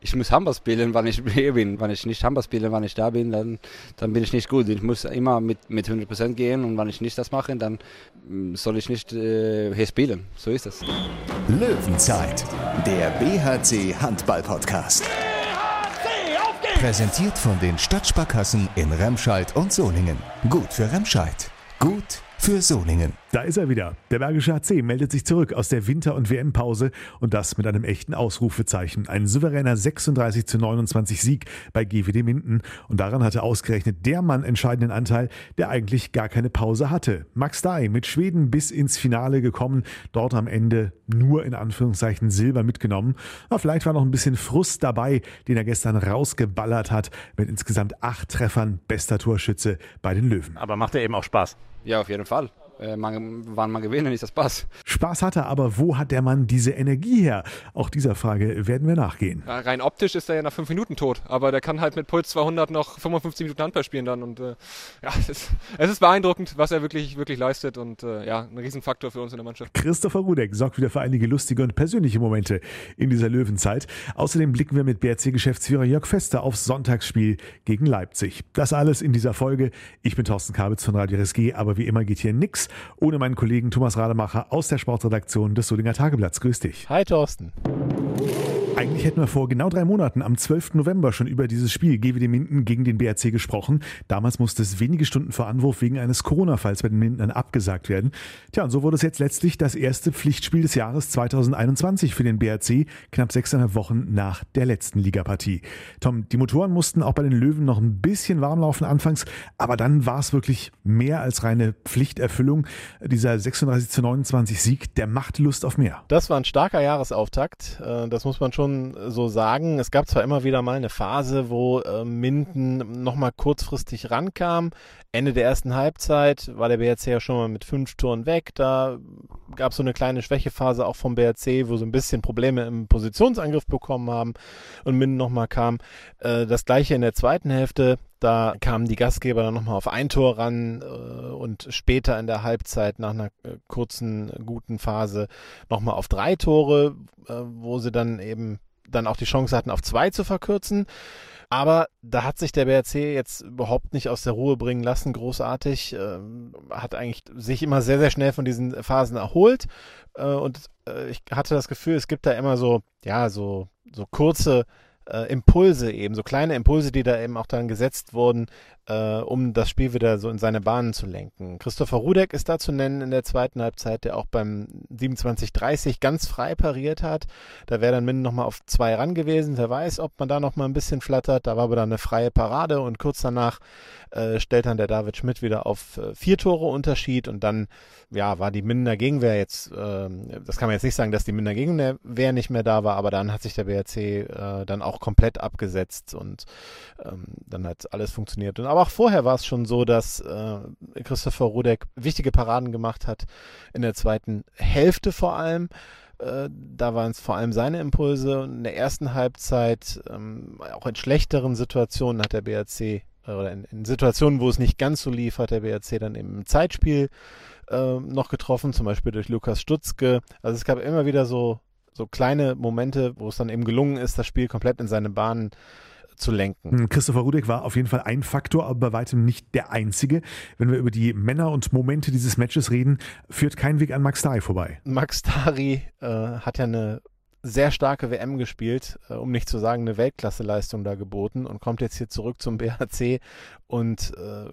ich muss Handball spielen, wann ich hier bin. Wenn ich nicht Handball spiele, wann ich da bin, dann bin ich nicht gut. Ich muss immer mit 100% gehen und wenn ich nicht das mache, dann soll ich nicht hier spielen. So ist es. Löwenzeit, der BHC Handball-Podcast. BHC, auf geht's! Präsentiert von den Stadtsparkassen in Remscheid und Solingen. Gut für Remscheid, gut für Solingen. Da ist er wieder. Der Bergische HC meldet sich zurück aus der Winter- und WM-Pause und das mit einem echten Ausrufezeichen. Ein souveräner 36:29 Sieg bei GWD Minden. Und daran hatte ausgerechnet der Mann entscheidenden Anteil, der eigentlich gar keine Pause hatte. Max Dahi mit Schweden bis ins Finale gekommen, dort am Ende nur in Anführungszeichen Silber mitgenommen. Aber vielleicht war noch ein bisschen Frust dabei, den er gestern rausgeballert hat, mit insgesamt 8 Treffern, bester Torschütze bei den Löwen. Aber macht ja eben auch Spaß. Ja, auf jeden Fall. Wann man gewinnen, ist das Spaß. Spaß hat er, aber wo hat der Mann diese Energie her? Auch dieser Frage werden wir nachgehen. Ja, rein optisch ist er ja nach 5 Minuten tot, aber der kann halt mit Puls 200 noch 55 Minuten Handball spielen dann und es ist beeindruckend, was er wirklich leistet und ein Riesenfaktor für uns in der Mannschaft. Christopher Rudek sorgt wieder für einige lustige und persönliche Momente in dieser Löwenzeit. Außerdem blicken wir mit BRC-Geschäftsführer Jörg Fester aufs Sonntagsspiel gegen Leipzig. Das alles in dieser Folge. Ich bin Thorsten Kabitz von Radio RSG, aber wie immer geht hier nix ohne meinen Kollegen Thomas Rademacher aus der Sportredaktion des Solinger Tageblatts. Grüß dich. Hi Thorsten. Eigentlich hätten wir vor genau 3 Monaten am 12. November schon über dieses Spiel GWD Minden gegen den BRC gesprochen. Damals musste es wenige Stunden vor Anwurf wegen eines Corona-Falls bei den Mindenern abgesagt werden. Tja, und so wurde es jetzt letztlich das erste Pflichtspiel des Jahres 2021 für den BRC, knapp 6,5 Wochen nach der letzten Ligapartie. Tom, die Motoren mussten auch bei den Löwen noch ein bisschen warm laufen anfangs, aber dann war es wirklich mehr als reine Pflichterfüllung. Dieser 36:29 Sieg, der macht Lust auf mehr. Das war ein starker Jahresauftakt, das muss man schon so sagen. Es gab zwar immer wieder mal eine Phase, wo Minden nochmal kurzfristig rankam. Ende der ersten Halbzeit war der BRC ja schon mal mit 5 Toren weg. Da gab es so eine kleine Schwächephase auch vom BRC, wo so ein bisschen Probleme im Positionsangriff bekommen haben und Minden nochmal kam. Das gleiche in der zweiten Hälfte. Da kamen die Gastgeber dann nochmal auf 1 Tor ran und später in der Halbzeit nach einer kurzen, guten Phase nochmal auf 3 Tore, wo sie dann eben dann auch die Chance hatten, auf 2 zu verkürzen. Aber da hat sich der BRC jetzt überhaupt nicht aus der Ruhe bringen lassen, großartig. Hat eigentlich sich immer sehr, sehr schnell von diesen Phasen erholt. Ich hatte das Gefühl, es gibt da immer so kurze Impulse eben, so kleine Impulse, die da eben auch dann gesetzt wurden, um das Spiel wieder so in seine Bahnen zu lenken. Christopher Rudek ist da zu nennen in der zweiten Halbzeit, der auch beim 27:30 ganz frei pariert hat. Da wäre dann Minden nochmal auf 2 ran gewesen. Wer weiß, ob man da nochmal ein bisschen flattert. Da war aber dann eine freie Parade und kurz danach stellt dann der David Schmidt wieder auf 4 Tore Unterschied und dann war die Mindener Gegenwehr jetzt, das kann man jetzt nicht sagen, dass die Mindener Gegenwehr nicht mehr da war, aber dann hat sich der BRC dann auch komplett abgesetzt und dann hat alles funktioniert. Aber auch vorher war es schon so, dass Christopher Rudek wichtige Paraden gemacht hat, in der zweiten Hälfte vor allem. Da waren es vor allem seine Impulse. In der ersten Halbzeit, auch in schlechteren Situationen hat der BRC, oder in Situationen, wo es nicht ganz so lief, hat der BRC dann im Zeitspiel noch getroffen, zum Beispiel durch Lukas Stutzke. Also es gab immer wieder so kleine Momente, wo es dann eben gelungen ist, das Spiel komplett in seine Bahnen zu lenken. Christopher Rudek war auf jeden Fall ein Faktor, aber bei weitem nicht der einzige. Wenn wir über die Männer und Momente dieses Matches reden, führt kein Weg an Max Dahi vorbei. Max Dahi hat ja eine sehr starke WM gespielt, um nicht zu sagen eine Weltklasse-Leistung da geboten und kommt jetzt hier zurück zum BHC und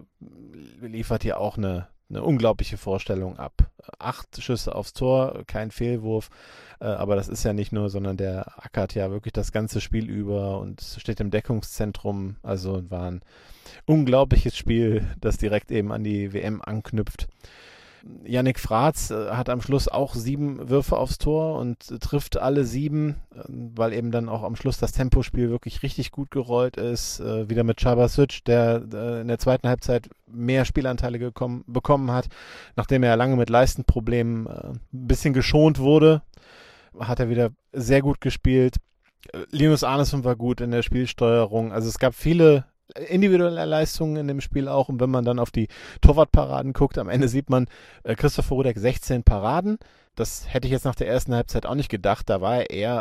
liefert hier auch eine unglaubliche Vorstellung ab. 8 Schüsse aufs Tor, kein Fehlwurf, aber das ist ja nicht nur, sondern der ackert ja wirklich das ganze Spiel über und steht im Deckungszentrum. Also war ein unglaubliches Spiel, das direkt eben an die WM anknüpft. Yannick Fraß hat am Schluss auch 7 Würfe aufs Tor und trifft alle 7, weil eben dann auch am Schluss das Tempospiel wirklich richtig gut gerollt ist. Wieder mit Chabasic, der in der zweiten Halbzeit mehr Spielanteile bekommen hat, nachdem er lange mit Leistenproblemen ein bisschen geschont wurde, hat er wieder sehr gut gespielt. Linus Arneson war gut in der Spielsteuerung. Also es gab viele individuelle Leistungen in dem Spiel auch. Und wenn man dann auf die Torwartparaden guckt, am Ende sieht man Christopher Rudek 16 Paraden. Das hätte ich jetzt nach der ersten Halbzeit auch nicht gedacht. Da war er eher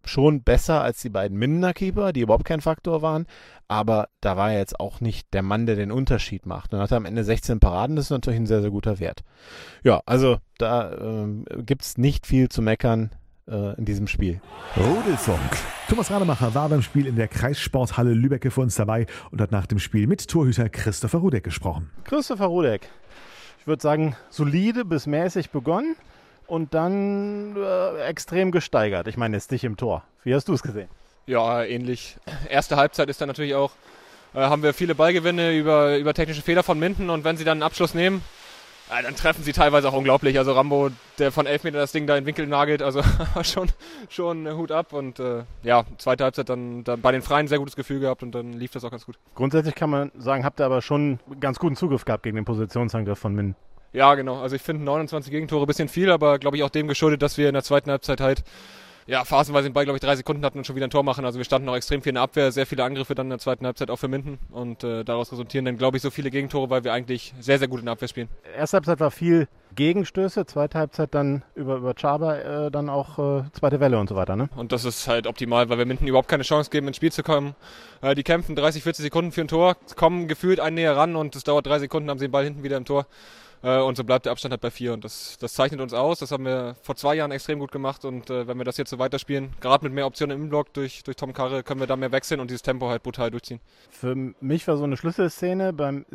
schon besser als die beiden Mindener Keeper, die überhaupt kein Faktor waren. Aber da war er jetzt auch nicht der Mann, der den Unterschied macht. Dann hat er am Ende 16 Paraden, das ist natürlich ein sehr, sehr guter Wert. Ja, also da gibt es nicht viel zu meckern in diesem Spiel. Rudelfunk. Thomas Rademacher war beim Spiel in der Kreissporthalle Lübeck für uns dabei und hat nach dem Spiel mit Torhüter Christopher Rudek gesprochen. Christopher Rudek, ich würde sagen, solide bis mäßig begonnen und dann extrem gesteigert. Ich meine, jetzt dich im Tor. Wie hast du es gesehen? Ja, ähnlich. Erste Halbzeit ist dann natürlich auch, haben wir viele Ballgewinne über technische Fehler von Minden und wenn sie dann einen Abschluss nehmen, dann treffen sie teilweise auch unglaublich. Also Rambo, der von 11 Meter das Ding da in den Winkel nagelt, also schon Hut ab. Und zweite Halbzeit dann bei den Freien ein sehr gutes Gefühl gehabt und dann lief das auch ganz gut. Grundsätzlich kann man sagen, habt ihr aber schon ganz guten Zugriff gehabt gegen den Positionsangriff von Minden. Ja, genau. Also ich finde 29 Gegentore ein bisschen viel, aber glaube ich auch dem geschuldet, dass wir in der zweiten Halbzeit halt phasenweise den Ball, glaube ich, 3 Sekunden hatten und schon wieder ein Tor machen. Also wir standen noch extrem viel in der Abwehr, sehr viele Angriffe dann in der zweiten Halbzeit auch für Minden und daraus resultieren dann, glaube ich, so viele Gegentore, weil wir eigentlich sehr, sehr gut in der Abwehr spielen. Erste Halbzeit war viel Gegenstöße, zweite Halbzeit dann über Chaba dann auch zweite Welle und so weiter, ne? Und das ist halt optimal, weil wir Minden überhaupt keine Chance geben, ins Spiel zu kommen. Die kämpfen 30, 40 Sekunden für ein Tor, kommen gefühlt einen näher ran und es dauert 3 Sekunden, haben sie den Ball hinten wieder im Tor. Und so bleibt der Abstand halt bei 4 und das zeichnet uns aus. Das haben wir vor 2 Jahren extrem gut gemacht und wenn wir das jetzt so weiterspielen, gerade mit mehr Optionen im Block durch Tom Karre, können wir da mehr wechseln und dieses Tempo halt brutal durchziehen. Für mich war so eine Schlüsselszene beim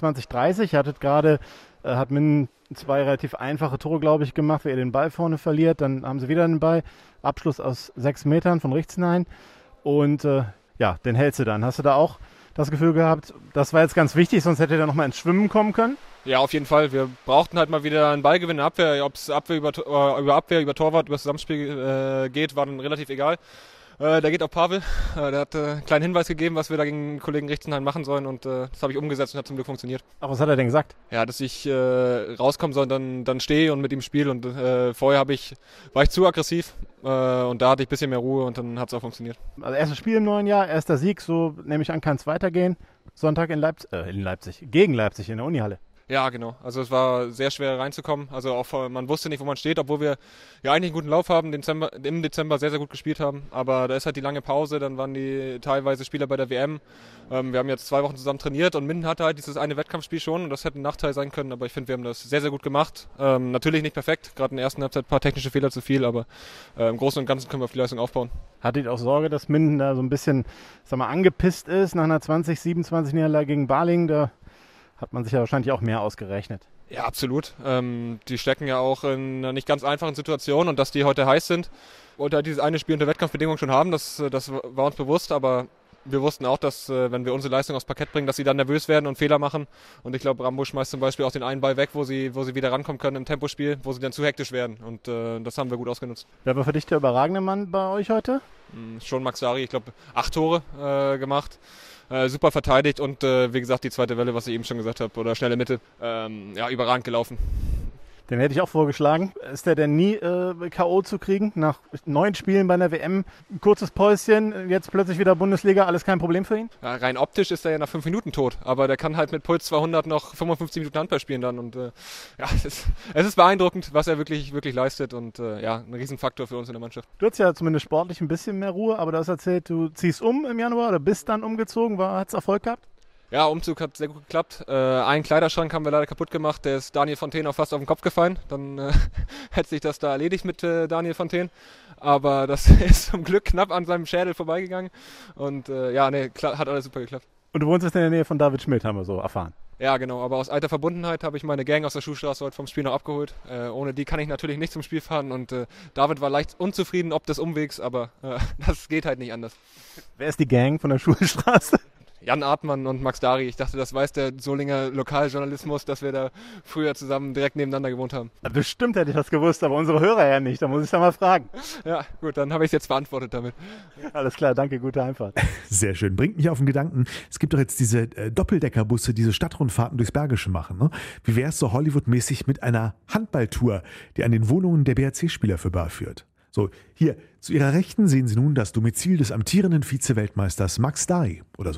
27:30, hat Minden 2 relativ einfache Tore, glaube ich, gemacht, wer den Ball vorne verliert, dann haben sie wieder den Ball, Abschluss aus 6 Metern von rechts hinein und den hältst du dann. Hast du da auch das Gefühl gehabt, das war jetzt ganz wichtig, sonst hätte er nochmal ins Schwimmen kommen können? Ja, auf jeden Fall. Wir brauchten halt mal wieder einen Ballgewinn in der Abwehr. Ob es Abwehr über Torwart, über das Zusammenspiel geht, war dann relativ egal. Da geht auch Pavel. Der hat einen kleinen Hinweis gegeben, was wir da gegen den Kollegen Richtenheim machen sollen und das habe ich umgesetzt und hat zum Glück funktioniert. Ach, was hat er denn gesagt? Ja, dass ich rauskommen soll und dann stehe und mit ihm spiele und vorher war ich zu aggressiv und da hatte ich ein bisschen mehr Ruhe und dann hat es auch funktioniert. Also erstes Spiel im neuen Jahr, erster Sieg, so nehme ich an, kann es weitergehen. Sonntag gegen Leipzig in der Unihalle. Ja, genau. Also es war sehr schwer reinzukommen. Also auch man wusste nicht, wo man steht, obwohl wir ja eigentlich einen guten Lauf haben, im Dezember sehr, sehr gut gespielt haben. Aber da ist halt die lange Pause, dann waren die teilweise Spieler bei der WM. Wir haben jetzt 2 Wochen zusammen trainiert und Minden hatte halt dieses eine Wettkampfspiel schon und das hätte ein Nachteil sein können. Aber ich finde, wir haben das sehr, sehr gut gemacht. Natürlich nicht perfekt, gerade in der ersten Halbzeit ein paar technische Fehler zu viel, aber im Großen und Ganzen können wir auf die Leistung aufbauen. Hattet ihr auch Sorge, dass Minden da so ein bisschen, angepisst ist nach einer 20-27 Niederlage gegen Balingen? Da hat man sich ja wahrscheinlich auch mehr ausgerechnet. Ja, absolut. Die stecken ja auch in einer nicht ganz einfachen Situation und dass die heute heiß sind und halt dieses eine Spiel unter Wettkampfbedingungen schon haben, das war uns bewusst, aber wir wussten auch, dass wenn wir unsere Leistung aufs Parkett bringen, dass sie dann nervös werden und Fehler machen und ich glaube, Rambo schmeißt zum Beispiel auch den einen Ball weg, wo sie wieder rankommen können im Tempospiel, wo sie dann zu hektisch werden und das haben wir gut ausgenutzt. Wer war für dich der überragende Mann bei euch heute? Schon Max Dari, ich glaube 8 Tore gemacht. Super verteidigt und wie gesagt die zweite Welle, was ich eben schon gesagt habe, oder schnelle Mitte, überragend gelaufen. Den hätte ich auch vorgeschlagen. Ist der denn nie K.O. zu kriegen? Nach 9 Spielen bei einer WM, ein kurzes Päuschen, jetzt plötzlich wieder Bundesliga, alles kein Problem für ihn? Ja, rein optisch ist er ja nach 5 Minuten tot, aber der kann halt mit Puls 200 noch 55 Minuten Handball spielen dann und es ist beeindruckend, was er wirklich, wirklich leistet und ein Riesenfaktor für uns in der Mannschaft. Du hast ja zumindest sportlich ein bisschen mehr Ruhe, aber du hast erzählt, du ziehst um im Januar oder bist dann umgezogen, hat es Erfolg gehabt? Ja, Umzug hat sehr gut geklappt. Einen Kleiderschrank haben wir leider kaputt gemacht. Der ist Daniel Fontaine auch fast auf den Kopf gefallen. Dann hätte sich das da erledigt mit Daniel Fontaine. Aber das ist zum Glück knapp an seinem Schädel vorbeigegangen. Und hat alles super geklappt. Und du wohnst jetzt in der Nähe von David Schmidt, haben wir so erfahren. Ja, genau. Aber aus alter Verbundenheit habe ich meine Gang aus der Schulstraße heute vom Spiel noch abgeholt. Ohne die kann ich natürlich nicht zum Spiel fahren. Und David war leicht unzufrieden ob des Umwegs, aber das geht halt nicht anders. Wer ist die Gang von der Schulstraße? Jan Artmann und Max Dari. Ich dachte, das weiß der Solinger Lokaljournalismus, dass wir da früher zusammen direkt nebeneinander gewohnt haben. Bestimmt hätte ich das gewusst, aber unsere Hörer ja nicht. Da muss ich da mal fragen. Ja, gut, dann habe ich es jetzt beantwortet damit. Alles klar, danke, gute Einfahrt. Sehr schön. Bringt mich auf den Gedanken, es gibt doch jetzt diese Doppeldeckerbusse, diese Stadtrundfahrten durchs Bergische machen. Ne? Wie wäre es so Hollywood-mäßig mit einer Handballtour, die an den Wohnungen der BRC-Spieler vorbeiführt? So, hier, zu Ihrer Rechten sehen Sie nun das Domizil des amtierenden Vize-Weltmeisters Max Dari oder so.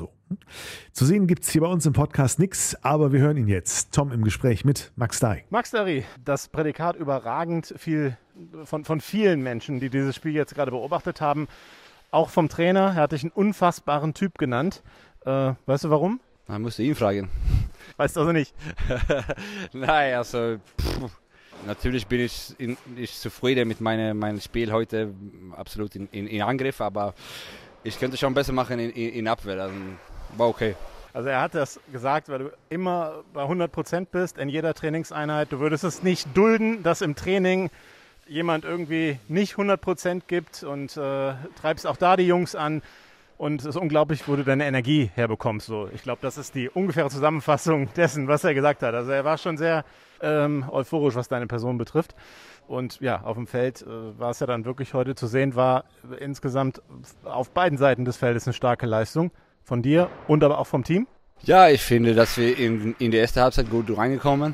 Zu sehen gibt es hier bei uns im Podcast nichts, aber wir hören ihn jetzt. Tom im Gespräch mit Max Darik. Max Darik, das Prädikat überragend viel von vielen Menschen, die dieses Spiel jetzt gerade beobachtet haben. Auch vom Trainer, er hat dich einen unfassbaren Typ genannt. Weißt du warum? Man musste ihn fragen. Weißt du also nicht? Nein, also natürlich bin ich zufrieden mit meinem Spiel heute, absolut in Angriff, aber ich könnte schon besser machen in Abwehr, also, war okay. Also er hat das gesagt, weil du immer bei 100% bist in jeder Trainingseinheit. Du würdest es nicht dulden, dass im Training jemand irgendwie nicht 100% gibt und treibst auch da die Jungs an. Und es ist unglaublich, wo du deine Energie herbekommst. So, ich glaube, das ist die ungefähre Zusammenfassung dessen, was er gesagt hat. Also er war schon sehr euphorisch, was deine Person betrifft. Und ja, auf dem Feld war es ja dann wirklich heute zu sehen, war insgesamt auf beiden Seiten des Feldes eine starke Leistung von dir und aber auch vom Team. Ja, ich finde, dass wir in der ersten Halbzeit gut reingekommen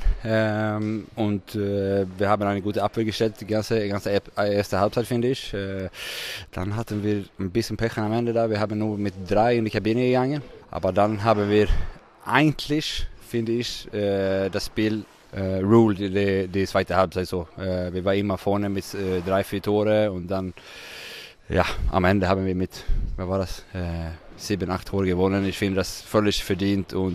und wir haben eine gute Abwehr gestellt, die ganze erste Halbzeit, finde ich. Dann hatten wir ein bisschen Pech am Ende da, wir haben nur mit 3 in die Kabine gegangen, aber dann haben wir eigentlich, finde ich, das Spiel ruled die zweite Halbzeit so. Wir waren immer vorne mit 3-4 Tore und dann, ja, am Ende haben wir mit, was war das, 7-8 Tore gewonnen. Ich finde das völlig verdient und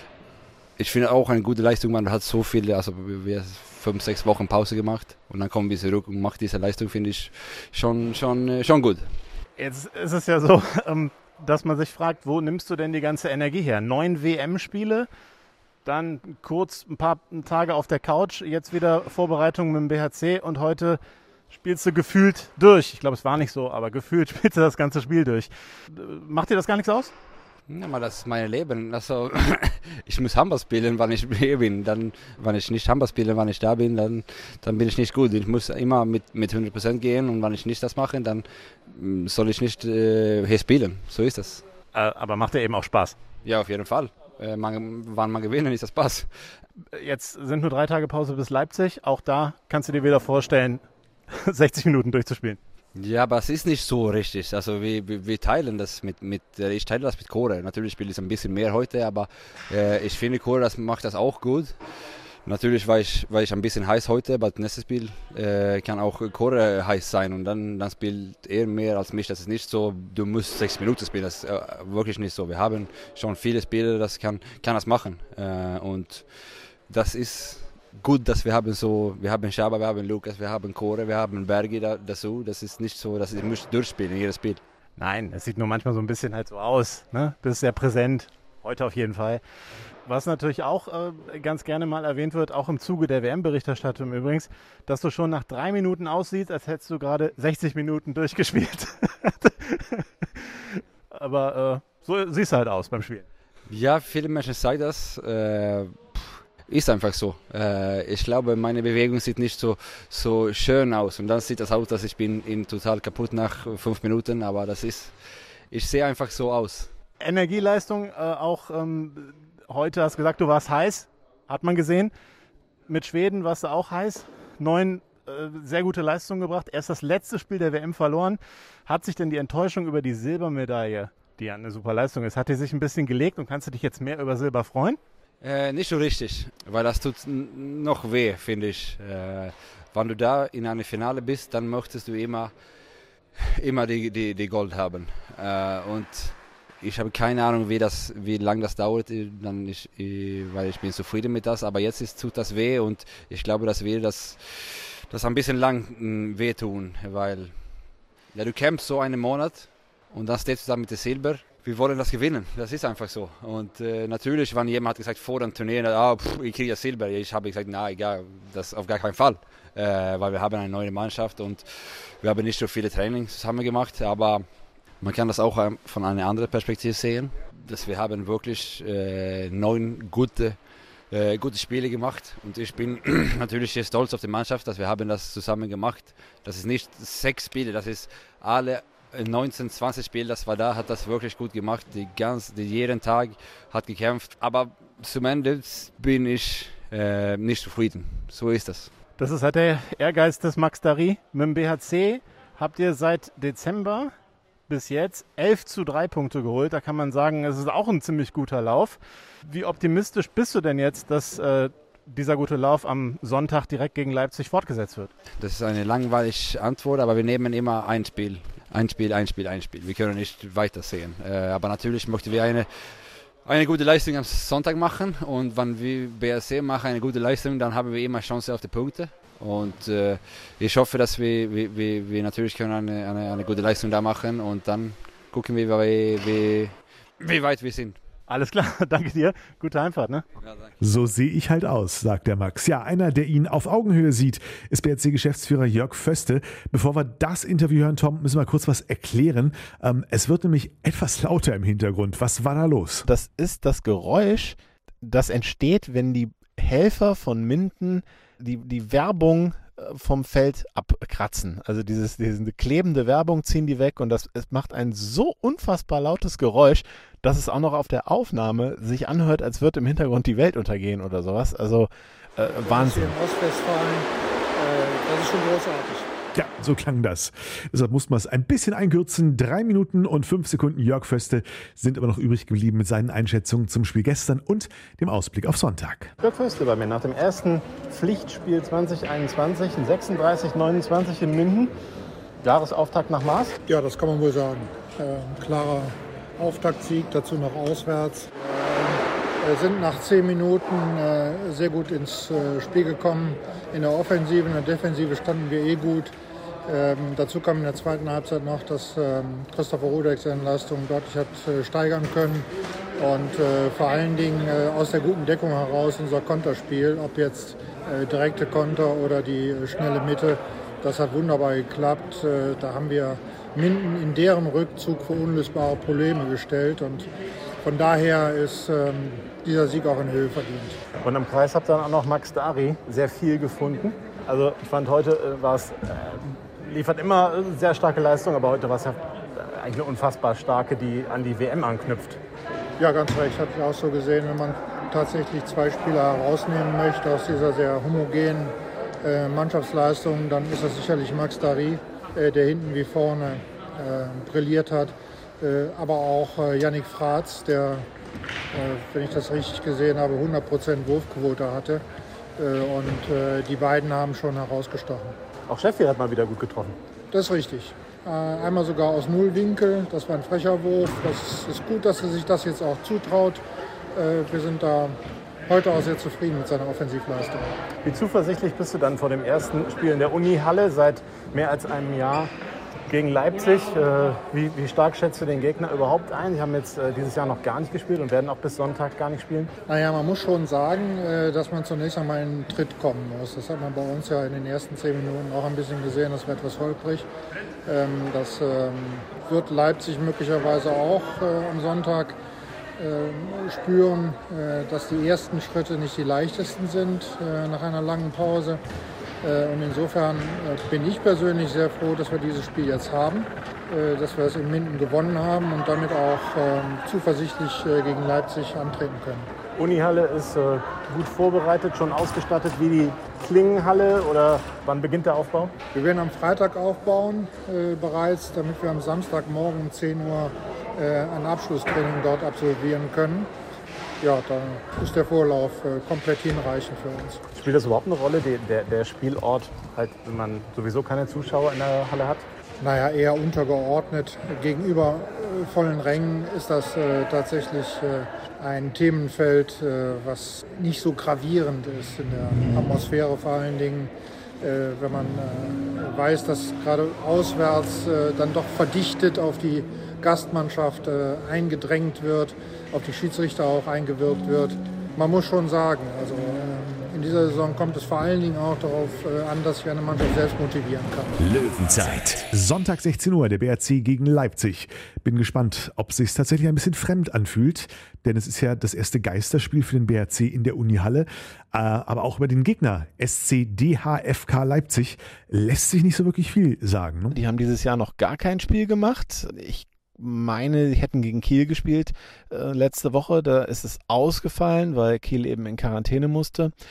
ich finde auch eine gute Leistung. Man hat so viele, also wir 5-6 Wochen Pause gemacht und dann kommen wir zurück und macht diese Leistung, finde ich schon gut. Jetzt ist es ja so, dass man sich fragt, wo nimmst du denn die ganze Energie her? 9 WM-Spiele, dann kurz ein paar Tage auf der Couch, jetzt wieder Vorbereitung mit dem BHC und heute spielst du gefühlt durch. Ich glaube, es war nicht so, aber gefühlt spielst du das ganze Spiel durch. Macht dir das gar nichts aus? Ja, aber das ist mein Leben. Also, ich muss Handball spielen, wann ich hier bin. Dann, wenn ich nicht Handball spiele, wann ich da bin, dann bin ich nicht gut. Ich muss immer mit 100% gehen und wenn ich nicht das mache, dann soll ich nicht hier spielen. So ist das. Aber macht dir eben auch Spaß? Ja, auf jeden Fall. Wann man gewinnen, ist das Spaß. Jetzt sind nur 3 Tage Pause bis Leipzig. Auch da kannst du dir wieder vorstellen, 60 Minuten durchzuspielen. Ja, aber es ist nicht so richtig. Also wir teilen das ich teile das mit Kore. Natürlich spiele ich ein bisschen mehr heute, aber ich finde Kore macht das auch gut. Natürlich war ich ein bisschen heiß heute, aber das nächste Spiel kann auch Kore heiß sein und dann spielt er mehr als mich. Das ist nicht so, du musst 6 Minuten spielen, das ist wirklich nicht so. Wir haben schon viele Spieler, das kann das machen und das ist gut, dass wir haben Schaba, wir haben Lukas, wir haben Kore, wir haben Bergi dazu. Das ist nicht so, dass ich muss durchspielen in jedes Spiel. Nein, es sieht nur manchmal so ein bisschen halt so aus. Ne? Bist sehr präsent, heute auf jeden Fall. Was natürlich auch ganz gerne mal erwähnt wird, auch im Zuge der WM-Berichterstattung übrigens, dass du schon nach 3 Minuten aussiehst, als hättest du gerade 60 Minuten durchgespielt. Aber so siehst du halt aus beim Spielen. Ja, viele Menschen sagen das. Ist einfach so. Ich glaube, meine Bewegung sieht nicht so schön aus. Und dann sieht das aus, dass ich bin total kaputt nach 5 Minuten. Aber ich sehe einfach so aus. Energieleistung auch heute hast du gesagt, du warst heiß. Hat man gesehen. Mit Schweden warst du auch heiß. 9 sehr gute Leistungen gebracht. Erst das letzte Spiel der WM verloren. Hat sich denn die Enttäuschung über die Silbermedaille, die ja eine super Leistung ist, hat die sich ein bisschen gelegt und kannst du dich jetzt mehr über Silber freuen? Nicht so richtig, weil das tut noch weh, finde ich. Wenn du da in einem Finale bist, dann möchtest du immer die Gold haben. Und ich habe keine Ahnung, wie lange das dauert, weil ich bin zufrieden mit das. Aber jetzt tut das weh und ich glaube, das wird das ein bisschen lang wehtun, weil ja, du kämpfst so einen Monat und dann stehst du da mit dem Silber. Wir wollen das gewinnen, das ist einfach so. Und natürlich, wenn jemand hat gesagt vor dem Turnier, ich kriege das Silber, ich habe gesagt, na egal, das auf gar keinen Fall. Weil wir haben eine neue Mannschaft und wir haben nicht so viele Trainings zusammen gemacht, aber man kann das auch von einer anderen Perspektive sehen, dass wir haben wirklich 9 gute Spiele gemacht und ich bin natürlich sehr stolz auf die Mannschaft, dass wir haben das zusammen gemacht. Das ist nicht 6 Spiele, das ist alle 19, 20 Spiele, das war da, hat das wirklich gut gemacht. Jeden Tag hat gekämpft. Aber zum Ende bin ich nicht zufrieden. So ist das. Das ist halt der Ehrgeiz des Max Darik. Mit dem BHC habt ihr seit Dezember bis jetzt 11:3 Punkte geholt. Da kann man sagen, es ist auch ein ziemlich guter Lauf. Wie optimistisch bist du denn jetzt, dass dieser gute Lauf am Sonntag direkt gegen Leipzig fortgesetzt wird? Das ist eine langweilige Antwort, aber wir nehmen immer ein Spiel. Ein Spiel. Wir können nicht weitersehen. Aber natürlich möchten wir eine gute Leistung am Sonntag machen. Und wenn wir BRC machen eine gute Leistung, dann haben wir immer Chance auf die Punkte. Und ich hoffe, dass wir natürlich können eine gute Leistung da machen. Und dann gucken wir, wie weit wir sind. Alles klar, danke dir. Gute Heimfahrt, ne? Ja, danke. So sehe ich halt aus, sagt der Max. Ja, einer, der ihn auf Augenhöhe sieht, ist BRC-Geschäftsführer Jörg Föste. Bevor wir das Interview hören, Tom, müssen wir kurz was erklären. Es wird nämlich etwas lauter im Hintergrund. Was war da los? Das ist das Geräusch, das entsteht, wenn die Helfer von Minden die Werbung vom Feld abkratzen. Also diese klebende Werbung ziehen die weg und es macht ein so unfassbar lautes Geräusch, dass es auch noch auf der Aufnahme sich anhört, als würde im Hintergrund die Welt untergehen oder sowas. Also Wahnsinn. In Ostwestfalen, das ist schon großartig. Ja, so klang das. Deshalb mussten wir es ein bisschen einkürzen. 3 Minuten und 5 Sekunden Jörg Föste sind aber noch übrig geblieben mit seinen Einschätzungen zum Spiel gestern und dem Ausblick auf Sonntag. Jörg Föste bei mir nach dem ersten Pflichtspiel 2021, ein 36-29 in Minden. Jahresauftakt nach Maß. Ja, das kann man wohl sagen. Klarer Auftaktsieg, dazu noch auswärts. Wir sind nach 10 Minuten sehr gut ins Spiel gekommen. In der Offensive, in der Defensive standen wir gut. Dazu kam in der zweiten Halbzeit noch, dass Christopher Rudek seine Leistung deutlich hat steigern können. Und vor allen Dingen aus der guten Deckung heraus unser Konterspiel, ob jetzt direkte Konter oder die schnelle Mitte, das hat wunderbar geklappt. Da haben wir Minden in deren Rückzug vor unlösbare Probleme gestellt. Und von daher ist dieser Sieg auch in Höhe verdient. Und am Preis habt ihr dann auch noch Max Dari sehr viel gefunden. Also ich fand, heute liefert immer sehr starke Leistung, aber heute war es ja eigentlich eine unfassbar starke, die an die WM anknüpft. Ja, ganz recht, hatte ich auch so gesehen. Wenn man tatsächlich 2 Spieler herausnehmen möchte aus dieser sehr homogenen Mannschaftsleistung, dann ist das sicherlich Max Dari, der hinten wie vorne brilliert hat. Aber auch Yannick Fratz, der, wenn ich das richtig gesehen habe, 100% Wurfquote hatte. Und die beiden haben schon herausgestochen. Auch Sheffield hat mal wieder gut getroffen. Das ist richtig. Einmal sogar aus Nullwinkel, das war ein frecher Wurf. Das ist gut, dass er sich das jetzt auch zutraut. Wir sind da heute auch sehr zufrieden mit seiner Offensivleistung. Wie zuversichtlich bist du dann vor dem ersten Spiel in der Uni-Halle seit mehr als einem Jahr gegen Leipzig? Wie stark schätzt du den Gegner überhaupt ein? Sie haben jetzt dieses Jahr noch gar nicht gespielt und werden auch bis Sonntag gar nicht spielen. Naja, man muss schon sagen, dass man zunächst einmal in den Tritt kommen muss. Das hat man bei uns ja in den ersten 10 Minuten auch ein bisschen gesehen. Das war etwas holprig. Das wird Leipzig möglicherweise auch am Sonntag spüren, dass die ersten Schritte nicht die leichtesten sind nach einer langen Pause. Und insofern bin ich persönlich sehr froh, dass wir dieses Spiel jetzt haben, dass wir es in Minden gewonnen haben und damit auch zuversichtlich gegen Leipzig antreten können. Unihalle ist gut vorbereitet, schon ausgestattet wie die Klingenhalle, oder wann beginnt der Aufbau? Wir werden am Freitag aufbauen bereits, damit wir am Samstagmorgen um 10 Uhr ein Abschlusstraining dort absolvieren können. Ja, dann ist der Vorlauf komplett hinreichend für uns. Spielt das überhaupt eine Rolle, der Spielort, halt, wenn man sowieso keine Zuschauer in der Halle hat? Naja, eher untergeordnet. Gegenüber vollen Rängen ist das tatsächlich ein Themenfeld, was nicht so gravierend ist in der Atmosphäre, vor allen Dingen, wenn man weiß, dass gerade auswärts dann doch verdichtet auf die Gastmannschaft eingedrängt wird, auf die Schiedsrichter auch eingewirkt wird. Man muss schon sagen, also in dieser Saison kommt es vor allen Dingen auch darauf an, dass sich eine Mannschaft selbst motivieren kann. Löwenzeit. Sonntag 16 Uhr, der BRC gegen Leipzig. Bin gespannt, ob es sich tatsächlich ein bisschen fremd anfühlt, denn es ist ja das erste Geisterspiel für den BRC in der Unihalle. Aber auch über den Gegner SC DHFK Leipzig lässt sich nicht so wirklich viel sagen. Ne? Die haben dieses Jahr noch gar kein Spiel gemacht. Ich meine, sie hätten gegen Kiel gespielt letzte Woche. Da ist es ausgefallen, weil Kiel eben in Quarantäne musste.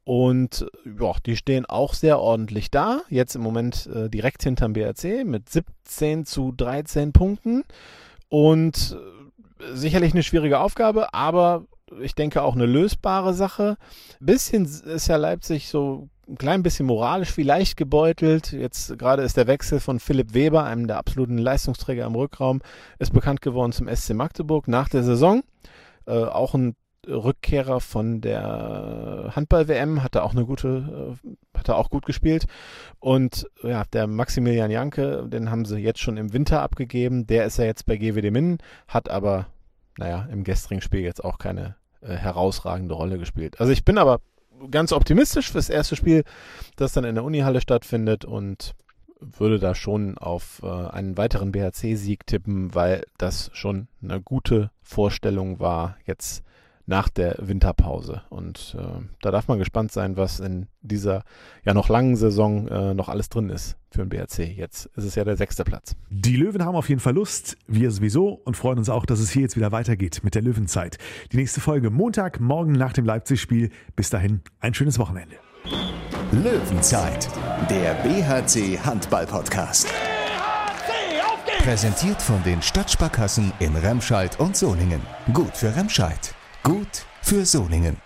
Und ja, die stehen auch sehr ordentlich da. Jetzt im Moment direkt hinterm BRC mit 17-13 Punkten. Und sicherlich eine schwierige Aufgabe, aber ich denke auch eine lösbare Sache. Bisschen ist ja Leipzig so ein klein bisschen moralisch vielleicht gebeutelt. Jetzt gerade ist der Wechsel von Philipp Weber, einem der absoluten Leistungsträger im Rückraum, ist bekannt geworden zum SC Magdeburg nach der Saison. Auch ein Rückkehrer von der Handball-WM, hat er auch gut gespielt. Und ja, der Maximilian Janke, den haben sie jetzt schon im Winter abgegeben. Der ist ja jetzt bei GWD Minden, hat aber, im gestrigen Spiel jetzt auch keine herausragende Rolle gespielt. Also ich bin aber ganz optimistisch fürs erste Spiel, das dann in der Unihalle stattfindet und würde da schon auf einen weiteren BHC-Sieg tippen, weil das schon eine gute Vorstellung war jetzt nach der Winterpause. Und da darf man gespannt sein, was in dieser ja noch langen Saison noch alles drin ist für den BRC. Jetzt ist es ja der 6. Platz. Die Löwen haben auf jeden Fall Lust, wir sowieso, und freuen uns auch, dass es hier jetzt wieder weitergeht mit der Löwenzeit. Die nächste Folge Montag, morgen nach dem Leipzig-Spiel. Bis dahin, ein schönes Wochenende. Löwenzeit, der BHC Handball-Podcast. BHC, auf geht's! Präsentiert von den Stadtsparkassen in Remscheid und Solingen. Gut für Remscheid, gut für Solingen.